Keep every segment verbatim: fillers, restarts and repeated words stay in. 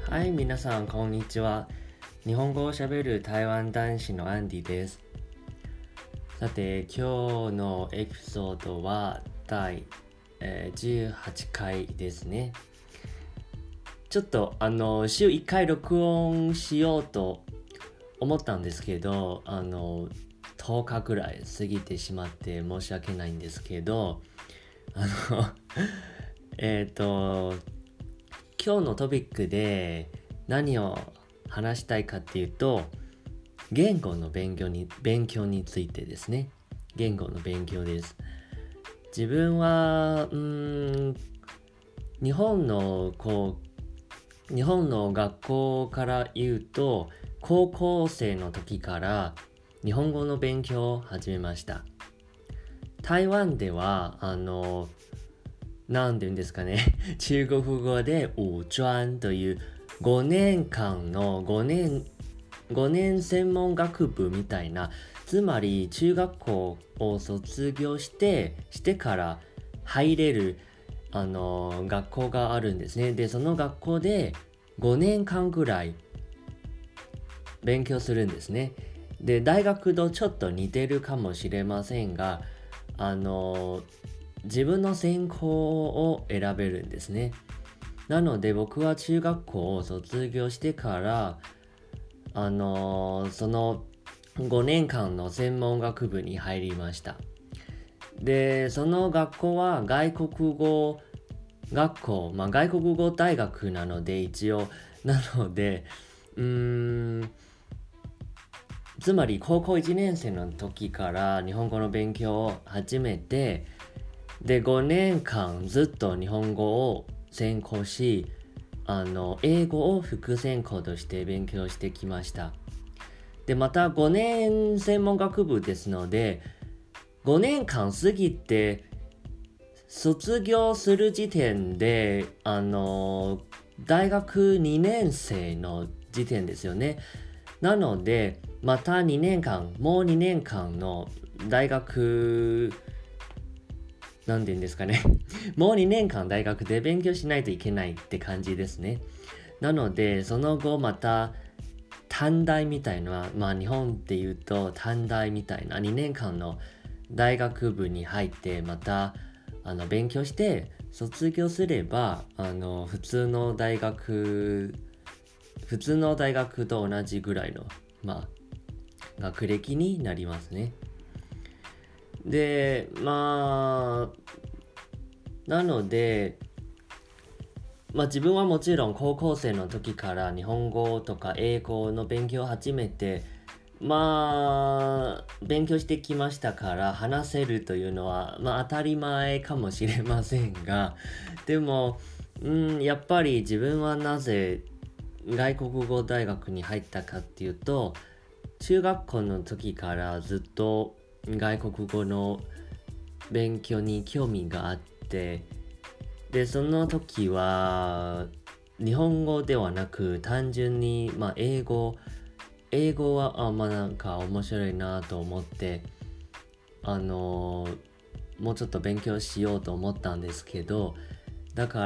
はい、皆さん、こんにちは。日本語をしゃべる台湾男子のアンディです。さて、今日のエピソードは第、えー、じゅうはちかいですね。ちょっと、あの、週いっかい録音しようと思ったんですけど、あの、とおかくらい過ぎてしまって申し訳ないんですけど、あの、えっと、今日のトピックで何を話したいかっていうと、言語の勉強に、勉強についてですね。言語の勉強です。自分は、うーん、日本の、こう、日本の学校から言うと、高校生の時から日本語の勉強を始めました。台湾では、あの、なんて言うんですかね中国語で五专というごねんかんの5年5年専門学部みたいな、つまり中学校を卒業してしてから入れるあの学校があるんですね。で、その学校でごねんかんぐらい勉強するんですね。で、大学とちょっと似てるかもしれませんが、あの自分の専攻を選べるんですね。なので僕は中学校を卒業してからあのー、そのごねんかんの専門学部に入りました。で、その学校は外国語学校、まあ外国語大学なので一応、なので、うーん、つまり高校いちねん生の時から日本語の勉強を始めて、で、ごねんかんずっと日本語を専攻し、あの、英語を副専攻として勉強してきました。で、またごねん専門学部ですので、ごねんかん過ぎて、卒業する時点で、あの、大学にねん生の時点ですよね。なので、またにねんかん、もうにねんかんの大学、なんて言うんですかねもうにねんかん大学で勉強しないといけないって感じですね。なので、その後また短大みたいな、まあ日本で言うと短大みたいなにねんかんの大学部に入ってまたあの勉強して卒業すれば、あの普通の大学、普通の大学と同じぐらいの、まあ、学歴になりますね。で、まあ、なので、まあ自分はもちろん高校生の時から日本語とか英語の勉強を始めて、まあ、勉強してきましたから話せるというのは、まあ当たり前かもしれませんが、でも、うん、やっぱり自分はなぜ外国語大学に入ったかっていうと、中学校の時からずっと外国語の勉強に興味があって、で、その時は日本語ではなく単純に、まあ、英語、英語はあ、まあなんか面白いなと思って、あのー、もうちょっと勉強しようと思ったんですけど、だから、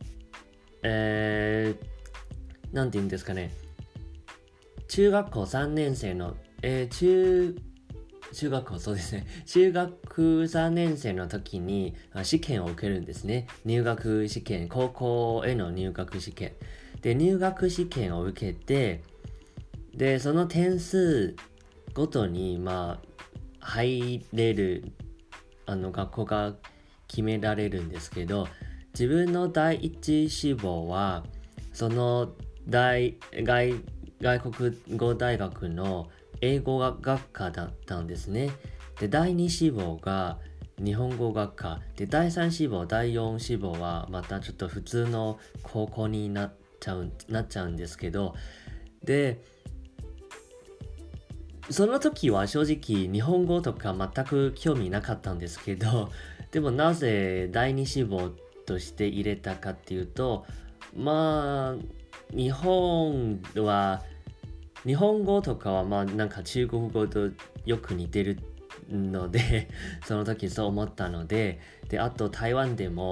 えー、なんて言うんですかね、中学校さんねん生の、えー、中、中学校、そうですね。中学さんねん生の時に試験を受けるんですね。入学試験、高校への入学試験。で、入学試験を受けて、で、その点数ごとに、まあ、入れる、あの、学校が決められるんですけど、自分の第一志望は、その大、外、外国語大学の英語学科だったんですね。で、第二志望が日本語学科。で、第三志望、第四志望はまたちょっと普通の高校になっちゃう、なっちゃうんですけど、で、その時は正直日本語とか全く興味なかったんですけど、でもなぜ第二志望として入れたかっていうと、まあ、日本は、日本語とかはまあなんか中国語とよく似てるのでその時そう思ったので、で、あと台湾でも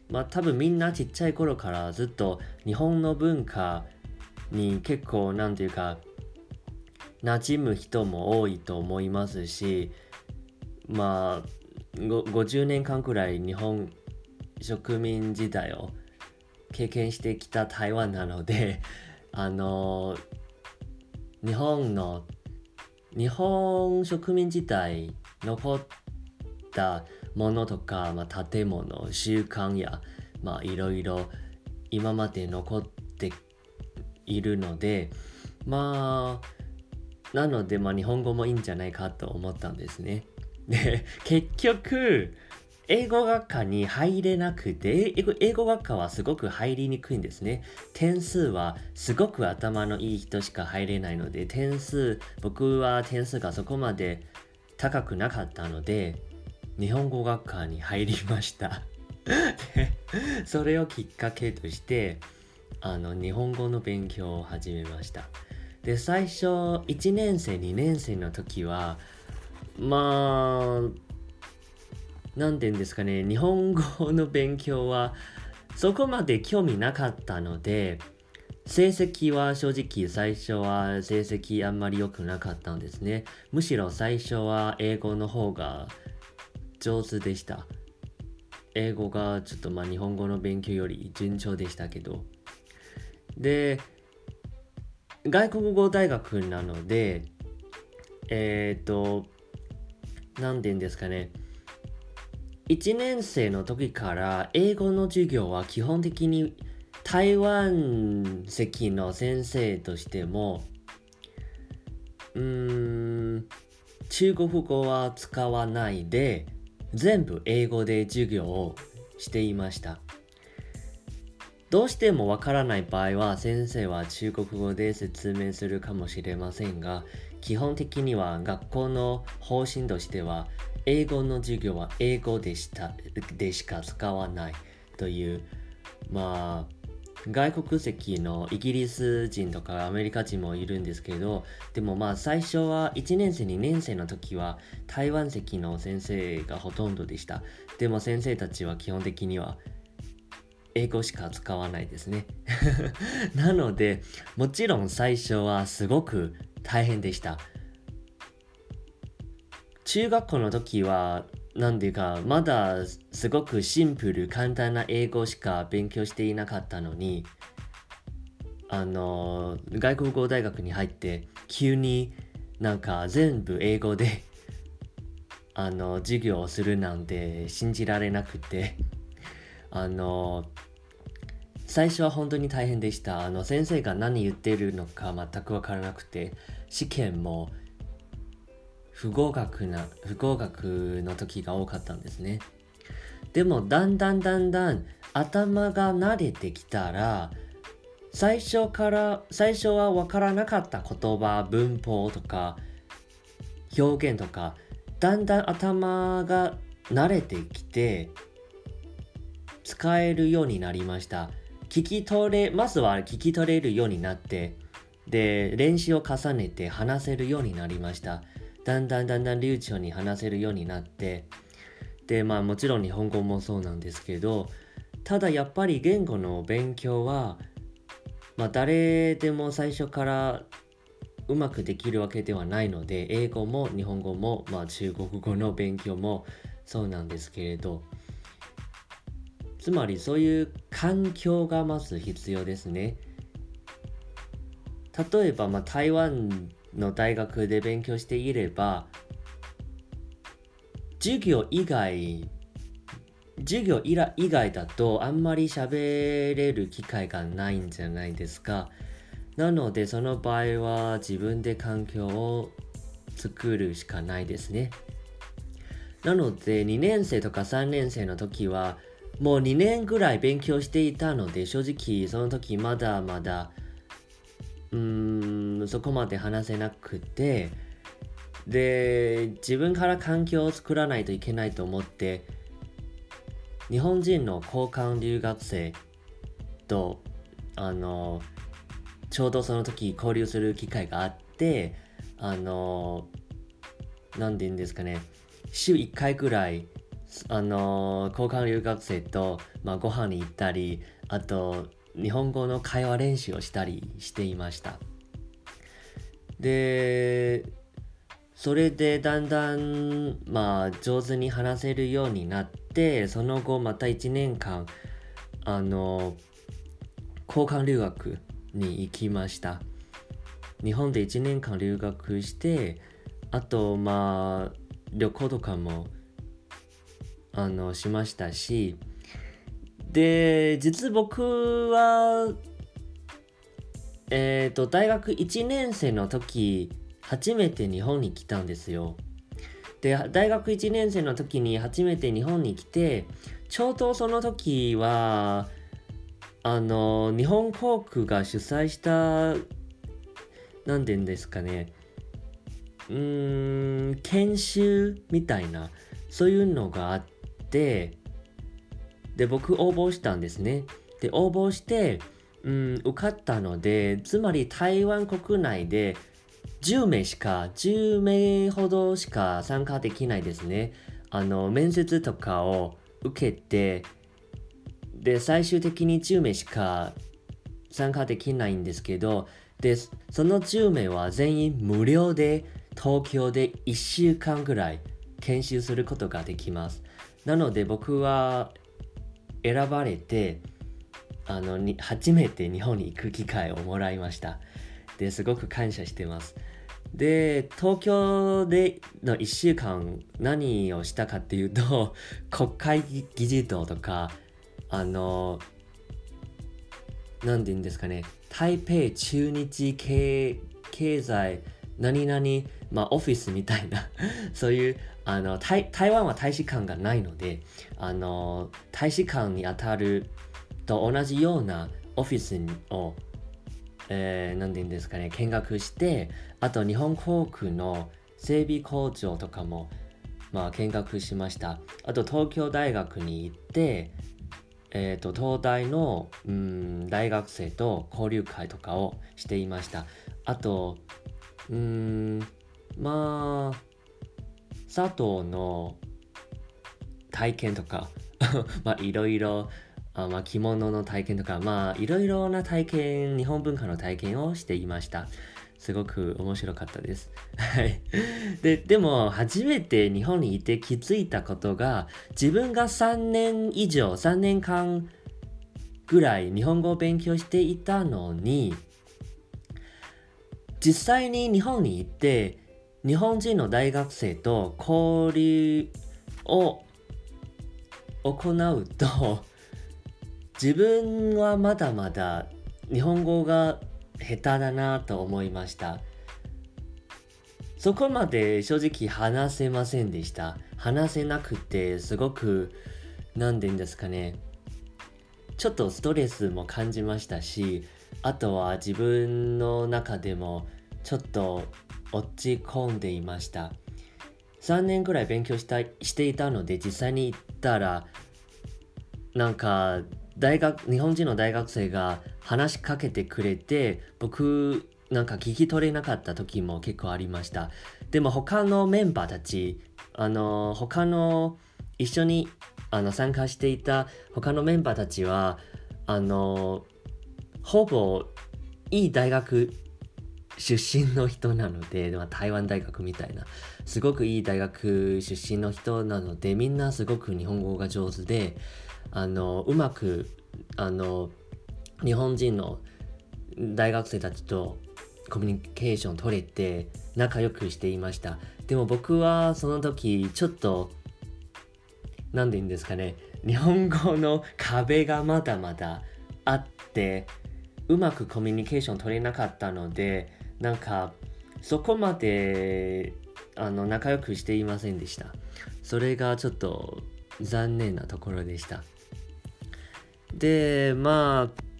まあ多分みんなちっちゃい頃からずっと日本の文化に結構なんていうか馴染む人も多いと思いますし、まあごじゅうねんかんくらい日本植民時代を経験してきた台湾なので、あの日本の日本植民時代残ったものとか、まあ、建物、習慣や、まあ、いろいろ今まで残っているので、まあなので、まあ、日本語もいいんじゃないかと思ったんですね。で、結局英語学科に入れなくて、英語、英語学科はすごく入りにくいんですね。点数はすごく頭のいい人しか入れないので、点数、僕は点数がそこまで高くなかったので、日本語学科に入りました。で、それをきっかけとして、あの、日本語の勉強を始めました。で、最初、いちねん生、にねん生の時は、まあ、なんて言うんですかね、日本語の勉強はそこまで興味なかったので、成績は正直最初は成績あんまり良くなかったんですね。むしろ最初は英語の方が上手でした。英語がちょっとまあ日本語の勉強より順調でしたけど。で、外国語大学なので、えっと、なんて言うんですかね、いちねん生の時から英語の授業は基本的に台湾籍の先生としてもうーん中国語は使わないで全部英語で授業をしていました。どうしてもわからない場合は先生は中国語で説明するかもしれませんが、基本的には学校の方針としては英語の授業は英語でしたでしか使わないという、まあ外国籍のイギリス人とかアメリカ人もいるんですけど、でもまあ最初はいちねん生にねん生の時は台湾籍の先生がほとんどでした。でも先生たちは基本的には英語しか使わないですね。なのでもちろん最初はすごく大変でした。中学校の時はなんていうかまだすごくシンプル簡単な英語しか勉強していなかったのに、あの外国語大学に入って急になんか全部英語であの授業をするなんて信じられなくて、あの最初は本当に大変でした。あの先生が何言ってるのか全く分からなくて、試験も不合格な不合格の時が多かったんですね。でもだんだんだんだん頭が慣れてきたら、最初から最初は分からなかった言葉、文法とか表現とか、だんだん頭が慣れてきて使えるようになりました。聞き取れまずは聞き取れるようになって、で練習を重ねて話せるようになりました。だんだんだんだん流暢に話せるようになって、でまあもちろん日本語もそうなんですけど、ただやっぱり言語の勉強はまあ誰でも最初からうまくできるわけではないので、英語も日本語も、まあ、中国語の勉強もそうなんですけれど、つまりそういう環境がまず必要ですね。例えば、まあ、台湾の大学で勉強していれば、授業以外授業以外だとあんまり喋れる機会がないんじゃないですか。なのでその場合は自分で環境を作るしかないですね。なのでにねん生とかさんねん生の時はもうにねんぐらい勉強していたので、正直その時まだまだうーんそこまで話せなくて、で自分から環境を作らないといけないと思って、日本人の交換留学生とあのちょうどその時交流する機会があって、あのなんて言うんですかね、週いっかいぐらいあの交換留学生と、まあ、ご飯に行ったり、あと日本語の会話練習をしたりしていました。で、それでだんだん、まあ、上手に話せるようになって、その後またいちねんかん、あの、交換留学に行きました。日本でいちねんかん留学して、あと、まあ、旅行とかも、あの、しましたし、で、実僕は、えっと、大学いちねん生の時、初めて日本に来たんですよ。で、大学いちねん生の時に初めて日本に来て、ちょうどその時は、あの、日本航空が主催した、なんて言うんですかね、うーん、研修みたいな、そういうのがあって、で、僕応募したんですね。で、応募して、うん、受かったので、つまり台湾国内でじゅうめいしか、じゅうめいほどしか参加できないですね。あの、面接とかを受けて、で、最終的にじゅうめいしか参加できないんですけど、で、そのじゅうめいは全員無料で東京でいっしゅうかんぐらい研修することができます。なので僕は選ばれて、あのに初めて日本に行く機会をもらいました。で、すごく感謝してます。で、東京でのいっしゅうかん何をしたかっていうと、国会議事堂とか、あの、なんて言うんですかね、台北駐日経経済何々、まあオフィスみたいなそういうあの 台, 台湾は大使館がないので、あの大使館にあたると同じようなオフィスを、えー、なんて言うんですかね、見学して、あと日本航空の整備工場とかも、まあ、見学しました。あと東京大学に行って、えーと、東大のうん大学生と交流会とかをしていました。あと、うーん、まあ、佐藤の体験とか、まあいろいろ、あまあ、着物の体験とか、まあいろいろな体験、日本文化の体験をしていました。すごく面白かったです。はい。で、でも初めて日本にいて気づいたことが、自分がさんねん以上、さんねんかんぐらい日本語を勉強していたのに、実際に日本に行って、日本人の大学生と交流を行うと、自分はまだまだ日本語が下手だなと思いました。そこまで正直話せませんでした。話せなくてすごく、なんて言うんですかね、ちょっとストレスも感じましたし、あとは自分の中でもちょっと落ち込んでいました。さんねんくらい勉強したしていたので、実際に行ったらなんか大学日本人の大学生が話しかけてくれて、僕なんか聞き取れなかった時も結構ありました。でも他のメンバーたち、あの他の一緒にあの参加していた他のメンバーたちはあのほぼいい大学出身の人なので、まあ、台湾大学みたいなすごくいい大学出身の人なので、みんなすごく日本語が上手で、あのうまくあの日本人の大学生たちとコミュニケーション取れて仲良くしていました。でも僕はその時ちょっとなんて言うんですかね、日本語の壁がまだまだあって、うまくコミュニケーション取れなかったので、なんかそこまであの仲良くしていませんでした。それがちょっと残念なところでした。で、まあ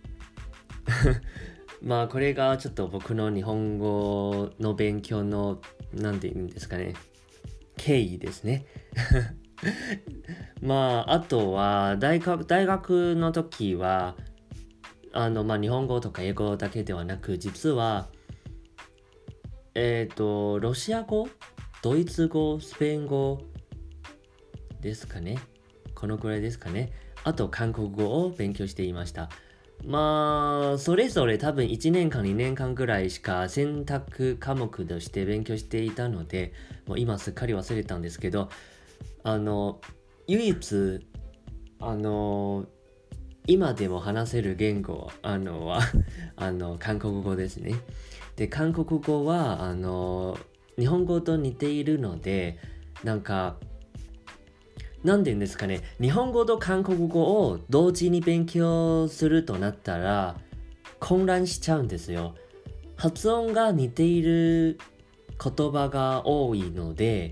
まあこれがちょっと僕の日本語の勉強のなんて言うんですかね、経緯ですね。まああとは大学大学の時はあのまあ日本語とか英語だけではなく、実はえっとロシア語、ドイツ語、スペイン語ですかね。このくらいですかね。あと韓国語を勉強していました。まあ、それぞれ多分いちねんかんにねんかんぐらいしか選択科目として勉強していたので、もう今すっかり忘れたんですけど、あの、唯一、あの、今でも話せる言語あのはあの韓国語ですね。で、韓国語はあの日本語と似ているので、なんかなんて言うんですかね、日本語と韓国語を同時に勉強するとなったら混乱しちゃうんですよ。発音が似ている言葉が多いので、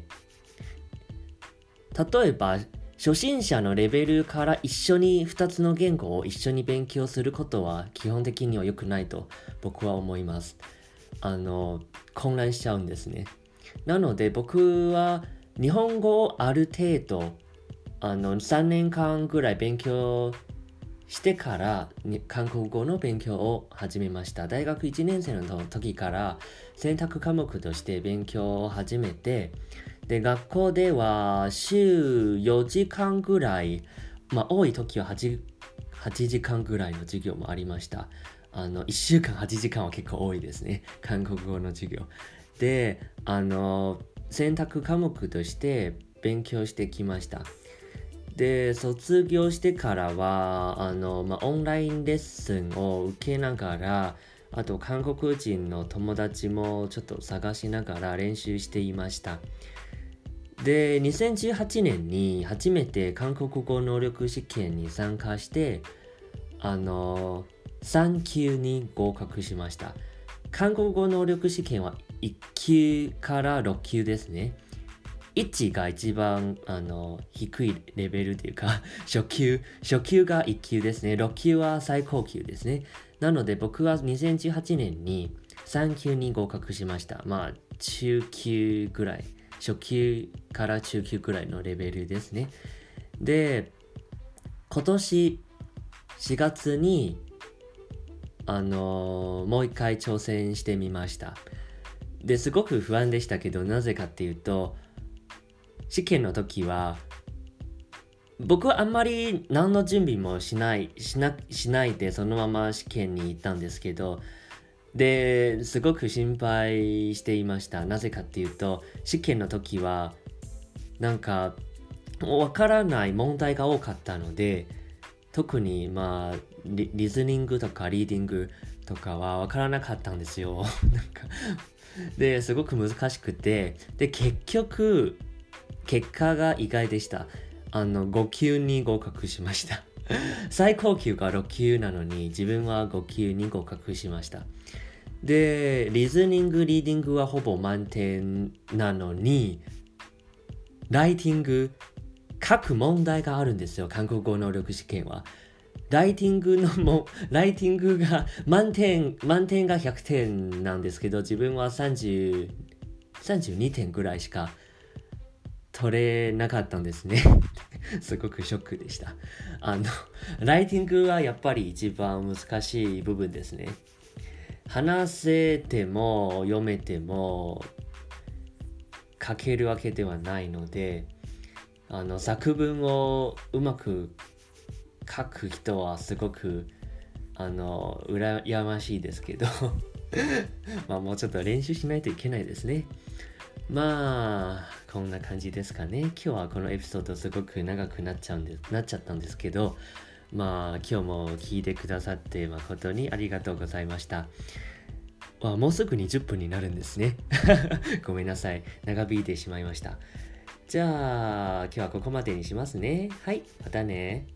例えば初心者のレベルから一緒にふたつの言語を一緒に勉強することは基本的には良くないと僕は思います。あの、混乱しちゃうんですね。なので僕は日本語をある程度あのさんねんかんぐらい勉強してから韓国語の勉強を始めました。大学いちねん生の時から選択科目として勉強を始めて、で、学校では週よじかんぐらい、まあ多い時は 8, 8時間ぐらいの授業もありました。あの、いっしゅうかんはちじかんは結構多いですね。韓国語の授業。で、あの、選択科目として勉強してきました。で、卒業してからは、あの、まあオンラインレッスンを受けながら、あと韓国人の友達もちょっと探しながら練習していました。で、にせんじゅうはちねんに初めて韓国語能力試験に参加して、あの、さん級に合格しました。韓国語能力試験はいっ級からろっ級ですね。いちが一番あの低いレベルというか、初級、初級がいっ級ですね。ろっ級は最高級ですね。なので僕はにせんじゅうはちねんにさん級に合格しました。まあ、中級ぐらい。初級から中級くらいのレベルですね。で、今年しがつにあのー、もう一回挑戦してみました。で、すごく不安でしたけど、なぜかっていうと、試験の時は僕はあんまり何の準備もしないしな、しないでそのまま試験に行ったんですけど、ですごく心配していました。なぜかっていうと、試験の時はなんかわからない問題が多かったので、特にまあ リ, リズニングとかリーディングとかはわからなかったんですよ。なんかですごく難しくて、で結局結果が意外でした。あのご級に合格しました。最高級がろっ級なのに自分はご級に合格しました。で、リズニング、リーディングはほぼ満点なのに、ライティング、書く問題があるんですよ、韓国語能力試験は。ライティングのも、ライティングが満点、満点がひゃくてんなんですけど、自分はさんじゅう、さんじゅうにてんぐらいしか取れなかったんですね。すごくショックでした。あの、ライティングはやっぱり一番難しい部分ですね。話せても読めても書けるわけではないので、あの作文をうまく書く人はすごくあの羨ましいですけどまあもうちょっと練習しないといけないですね。まあこんな感じですかね。今日はこのエピソードすごく長くなっちゃうんでなっちゃったんですけど、まあ今日も聞いてくださって誠にありがとうございました。あ、もうすぐにじゅっぷんになるんですね。ごめんなさい。長引いてしまいました。じゃあ今日はここまでにしますね。はい、またね。